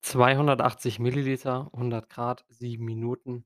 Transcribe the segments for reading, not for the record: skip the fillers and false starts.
280 Milliliter, 100 Grad, 7 Minuten.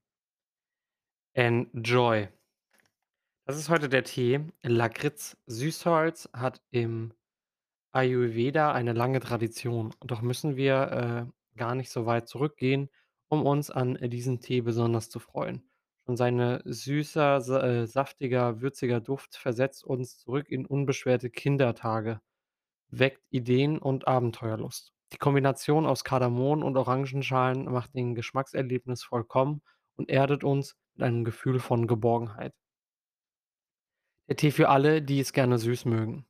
Enjoy. Das ist heute der Tee. Lakritz Süßholz hat im Ayurveda eine lange Tradition. Doch müssen wir gar nicht so weit zurückgehen, um uns an diesen Tee besonders zu freuen. Schon seine süßer, saftiger, würziger Duft versetzt uns zurück in unbeschwerte Kindertage, weckt Ideen und Abenteuerlust. Die Kombination aus Kardamom und Orangenschalen macht den Geschmackserlebnis vollkommen und erdet uns mit einem Gefühl von Geborgenheit. Der Tee für alle, die es gerne süß mögen.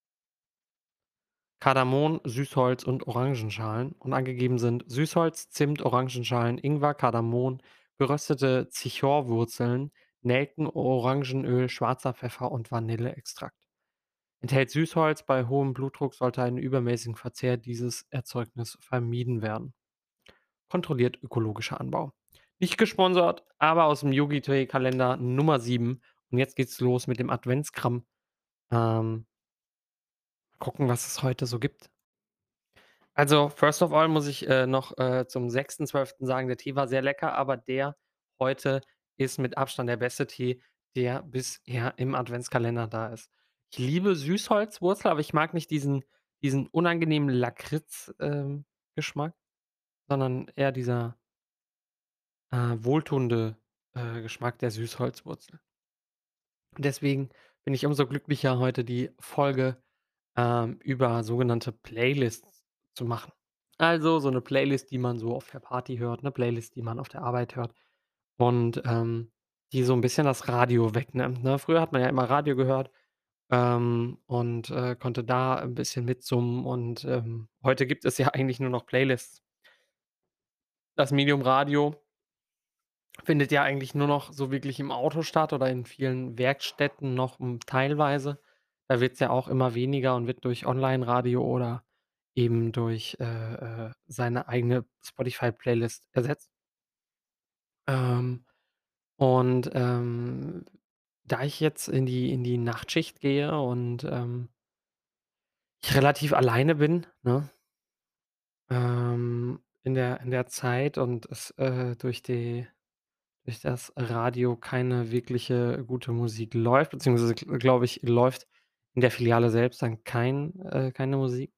Kardamom, Süßholz und Orangenschalen und angegeben sind Süßholz, Zimt, Orangenschalen, Ingwer, Kardamom, geröstete Zichorwurzeln, Nelken, Orangenöl, schwarzer Pfeffer und Vanilleextrakt. Enthält Süßholz, bei hohem Blutdruck sollte ein übermäßigen Verzehr dieses Erzeugnis vermieden werden. Kontrolliert ökologischer Anbau. Nicht gesponsert, aber aus dem Yogi-Kalender Nummer 7. Und jetzt geht's los mit dem Adventskram. Gucken, was es heute so gibt. Also, first of all muss ich noch zum 6.12. sagen, der Tee war sehr lecker, aber der heute ist mit Abstand der beste Tee, der bisher im Adventskalender da ist. Ich liebe Süßholzwurzel, aber ich mag nicht diesen unangenehmen Lakritz Geschmack, sondern eher dieser wohltuende Geschmack der Süßholzwurzel. Und deswegen bin ich umso glücklicher, heute die Folge über sogenannte Playlists zu machen. Also, so 'ne Playlist, die man so auf der Party hört, 'ne Playlist, die man auf der Arbeit hört und die so 'n bisschen das Radio wegnimmt, ne? Früher hat man ja immer Radio gehört, und konnte da 'n bisschen mitsummen und heute gibt es ja eigentlich nur noch Playlists. Das Medium Radio findet ja eigentlich nur noch so wirklich im Auto statt oder in vielen Werkstätten noch teilweise. Da wird's ja auch immer weniger und wird durch Online-Radio oder eben durch seine eigene Spotify-Playlist ersetzt. Ähm, und da ich jetzt in die Nachtschicht gehe und ich relativ alleine bin, ne, in der Zeit und es durch das Radio keine wirkliche gute Musik läuft, beziehungsweise glaube ich, läuft in der Filiale selbst dann keine Musik,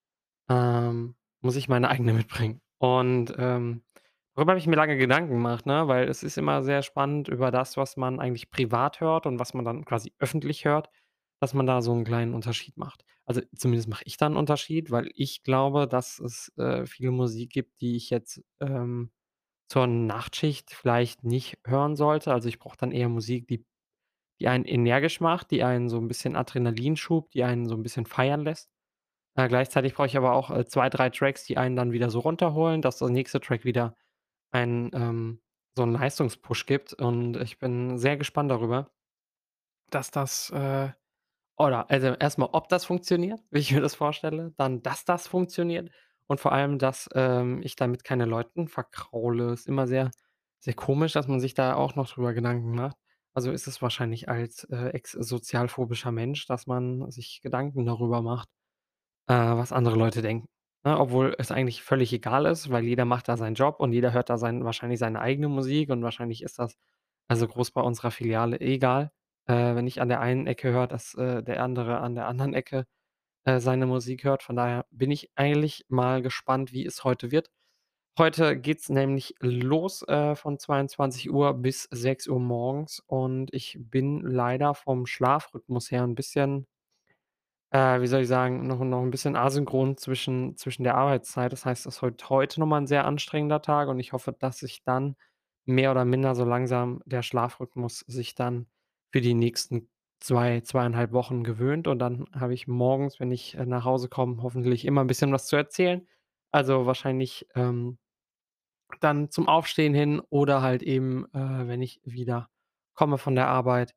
muss ich meine eigene mitbringen. Und darüber habe ich mir lange Gedanken gemacht, ne, weil es ist immer sehr spannend über das, was man eigentlich privat hört und was man dann quasi öffentlich hört, dass man da so 'n kleinen Unterschied macht. Also, zumindest mache ich da 'n Unterschied, weil ich glaube, dass es viel Musik gibt, die ich jetzt zur Nachtschicht vielleicht nicht hören sollte. Also, ich brauche dann eher Musik, die einen energisch macht, die einen so 'n bisschen Adrenalinschub, die einen so 'n bisschen feiern lässt. Gleichzeitig brauche ich aber auch 2, 3 Tracks, die einen dann wieder so runterholen, dass der nächste Track wieder einen so 'n Leistungspush gibt. Und ich bin sehr gespannt darüber, dass das oder also, erst mal, ob das funktioniert, wie ich mir das vorstelle, dann, dass das funktioniert und vor allem, dass ich damit keine Leuten vergraule. Ist immer sehr, sehr komisch, dass man sich da auch noch drüber Gedanken macht. Also, ist es wahrscheinlich als ex-sozialphobischer Mensch, dass man sich Gedanken darüber macht was andere Leute denken, ne? Obwohl es eigentlich völlig egal ist, weil jeder macht da seinen Job und jeder hört da wahrscheinlich seine eigene Musik und wahrscheinlich ist das also groß bei unserer Filiale egal, wenn ich an der einen Ecke höre, dass der andere an der anderen Ecke seine Musik hört. Von daher bin ich eigentlich mal gespannt, wie es heute wird. Heute geht's nämlich los von 22 Uhr bis 6 Uhr morgens und ich bin leider vom Schlafrhythmus her 'n bisschen wie soll ich sagen, noch 'n bisschen asynchron zwischen der Arbeitszeit. Das heißt, es wird heute noch mal 'n sehr anstrengender Tag und ich hoffe, dass sich dann mehr oder minder so langsam der Schlafrhythmus sich dann für die nächsten 2,5 Wochen gewöhnt und dann habe ich morgens, wenn ich nach Hause komme, hoffentlich immer 'n bisschen was zu erzählen. Also, wahrscheinlich dann zum Aufstehen hin oder halt eben wenn ich wieder komme von der Arbeit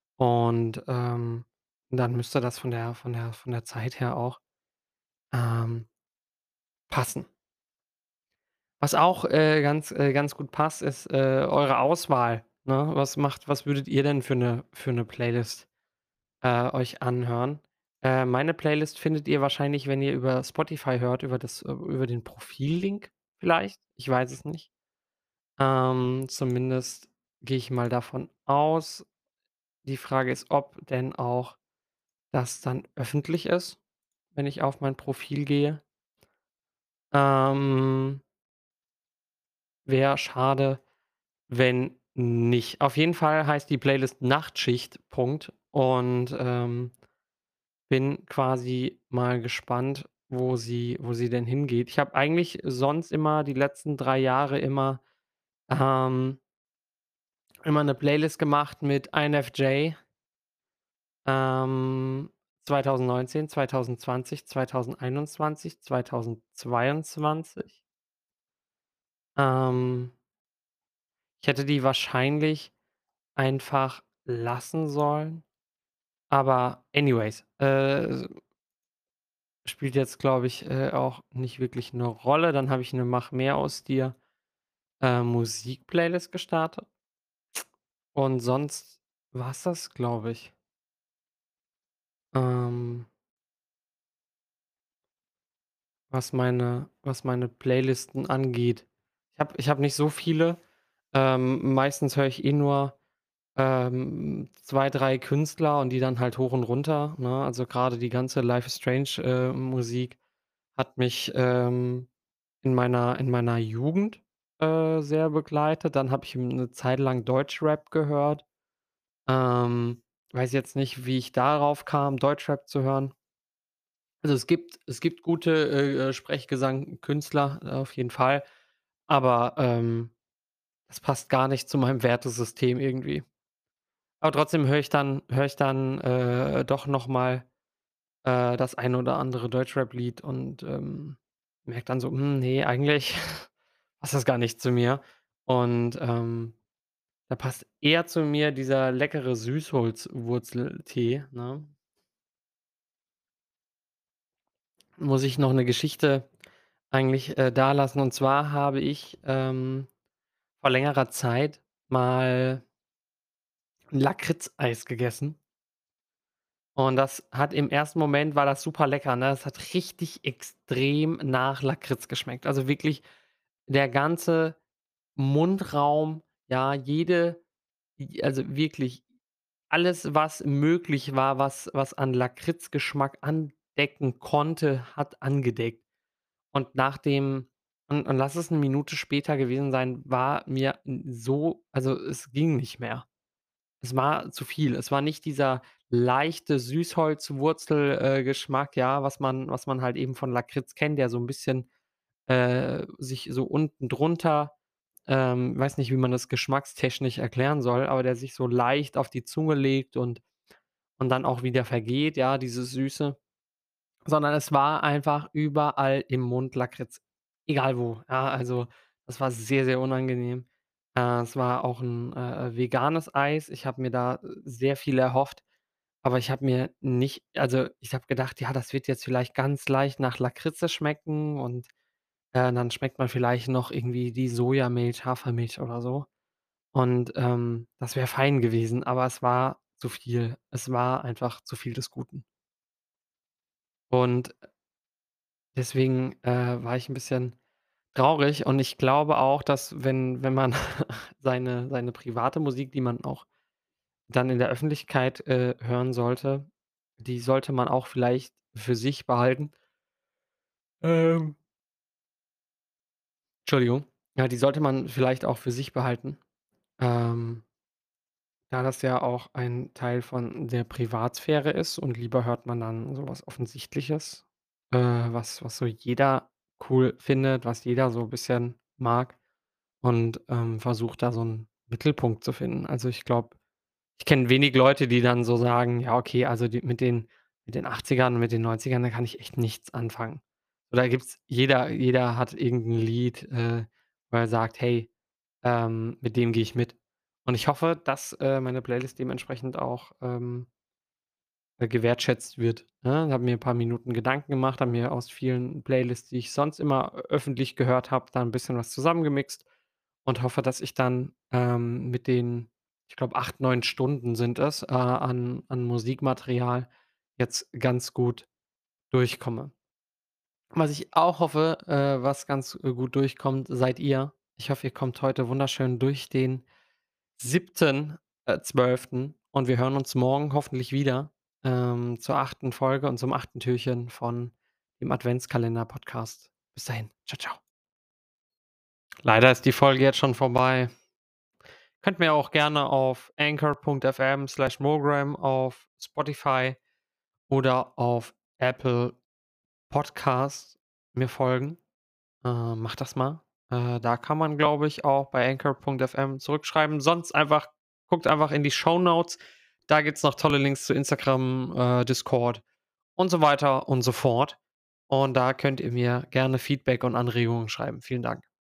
und dann müsste das von der Zeit her auch, ähm, passen. Was auch ganz gut passt, ist eure Auswahl, ne? Was würdet ihr denn für 'ne Playlist euch anhören? Meine Playlist findet ihr wahrscheinlich, wenn ihr über Spotify hört, über den Profillink vielleicht, ich weiß es nicht. Zumindest gehe ich mal davon aus. Die Frage ist, ob denn auch das dann öffentlich ist, wenn ich auf mein Profil gehe. Ähm, Wäre schade, wenn nicht. Auf jeden Fall heißt die Playlist „Nachtschicht“, Punkt. Und, bin quasi mal gespannt, wo sie denn hingeht. Ich habe eigentlich sonst immer die letzten 3 Jahre ähm immer 'ne Playlist gemacht mit INFJ, ähm, 2019, 2020, 2021, 2022. Ähm, Ich hätte die wahrscheinlich einfach lassen sollen, aber anyways, spielt jetzt, glaube ich, auch nicht wirklich 'ne Rolle. Dann habe ich 'ne „Mach mehr aus dir“, Musik-Playlist gestartet und sonst war's das, glaube ich. Ähm was meine Playlisten angeht. Ich habe nicht so viele. Meistens höre ich eh nur, 2, 3 Künstler und die dann halt hoch und runter, ne? Also, grade die ganze Life is Strange, Musik hat mich, in meiner Jugend, sehr begleitet. Dann habe ich 'ne Zeit lang Deutschrap gehört. Weiß jetzt nicht, wie ich darauf kam, Deutschrap zu hören. Also, es gibt gute, Sprechgesang-Künstler, auf jeden Fall, aber, das passt gar nicht zu meinem Wertesystem irgendwie. Aber trotzdem höre ich dann, doch noch mal, das ein oder andere Deutschrap-Lied und, merke dann so: ne, eigentlich passt das gar nicht zu mir.“ Und, da passt eher zu mir dieser leckere Süßholzwurzeltee, ne? Muss ich noch 'ne Geschichte eigentlich, dalassen. Und zwar habe ich, vor längerer Zeit mal 'n Lakritzeis gegessen und das hat im ersten Moment war das super lecker, ne? Es hat richtig extrem nach Lakritz geschmeckt. Also, wirklich der ganze Mundraum, ja, also, wirklich alles, was möglich war, was an Lakritzgeschmack andecken konnte, hat angedeckt. Und nach dem und lass es 'ne Minute später gewesen sein, war mir also, es ging nicht mehr. Es war zu viel. Es war nicht dieser leichte Süßholzwurzel Geschmack, ja, was man halt eben von Lakritz kennt, der so 'n bisschen, sich so unten drunter weiß nicht, wie man das geschmackstechnisch erklären soll, aber der sich so leicht auf die Zunge legt und dann auch wieder vergeht, ja, dieses Süße. Sondern es war einfach überall im Mund Lakritz, egal wo. Ja, also, das war sehr, sehr unangenehm. Es war auch 'n, veganes Eis. Ich habe mir da, sehr viel erhofft, aber ich habe mir nicht also, ich habe gedacht: „Ja, das wird jetzt vielleicht ganz leicht nach Lakritze schmecken und, dann schmeckt man vielleicht noch irgendwie die Sojamilch, Hafermilch oder so.“ Und, das wäre fein gewesen, aber es war zu viel. Es war einfach zu viel des Guten. Und deswegen, war ich 'n bisschen traurig und ich glaube auch, dass wenn man seine private Musik, die man auch dann in der Öffentlichkeit, hören sollte, die sollte man auch vielleicht für sich behalten. Ähm, Entschuldigung. Ja, die sollte man vielleicht auch für sich behalten, ähm, da das ja auch ein Teil von der Privatsphäre ist und lieber hört man dann so was Offensichtliches, was so jeder cool findet, was jeder so bisschen mag. Und, versuche da so 'n Mittelpunkt zu finden. Also, ich glaube, ich kenne wenig Leute, die dann so sagen: „Ja, okay, also die mit den 80ern und mit den 90ern, da kann ich echt nichts anfangen.“ Oder gibt's jeder hat irgend 'n Lied, wo er sagt: „Hey, mit dem gehe ich mit.“ Und ich hoffe, dass, meine Playlist dementsprechend auch, gewertschätzt wird, ne? Habe mir 'n paar Minuten Gedanken gemacht, habe mir aus vielen Playlists, die ich sonst immer öffentlich gehört habe, da 'n bisschen was zusammengemixt und hoffe, dass ich dann, mit den, ich glaube, 8, 9 Stunden sind es, an Musikmaterial jetzt ganz gut durchkomme. Was ich auch hoffe, was ganz, gut durchkommt, seid ihr. Ich hoffe, ihr kommt heute wunderschön durch den 7.12. Und wir hören uns morgen hoffentlich wieder, zur 8. Folge und zum 8. Türchen von dem Adventskalender-Podcast. Bis dahin. Ciao, ciao. Leider ist die Folge jetzt schon vorbei. Könnt mir auch gerne auf anchor.fm/mogram auf Spotify oder auf Apple Podcasts mir folgen. Macht das mal. Da kann man, glaube ich, auch bei anchor.fm zurückschreiben. Sonst einfach guckt einfach in die Shownotes. Da gibt's noch tolle Links zu Instagram, Discord und so weiter und so fort. Und da könnt ihr mir gerne Feedback und Anregungen schreiben. Vielen Dank.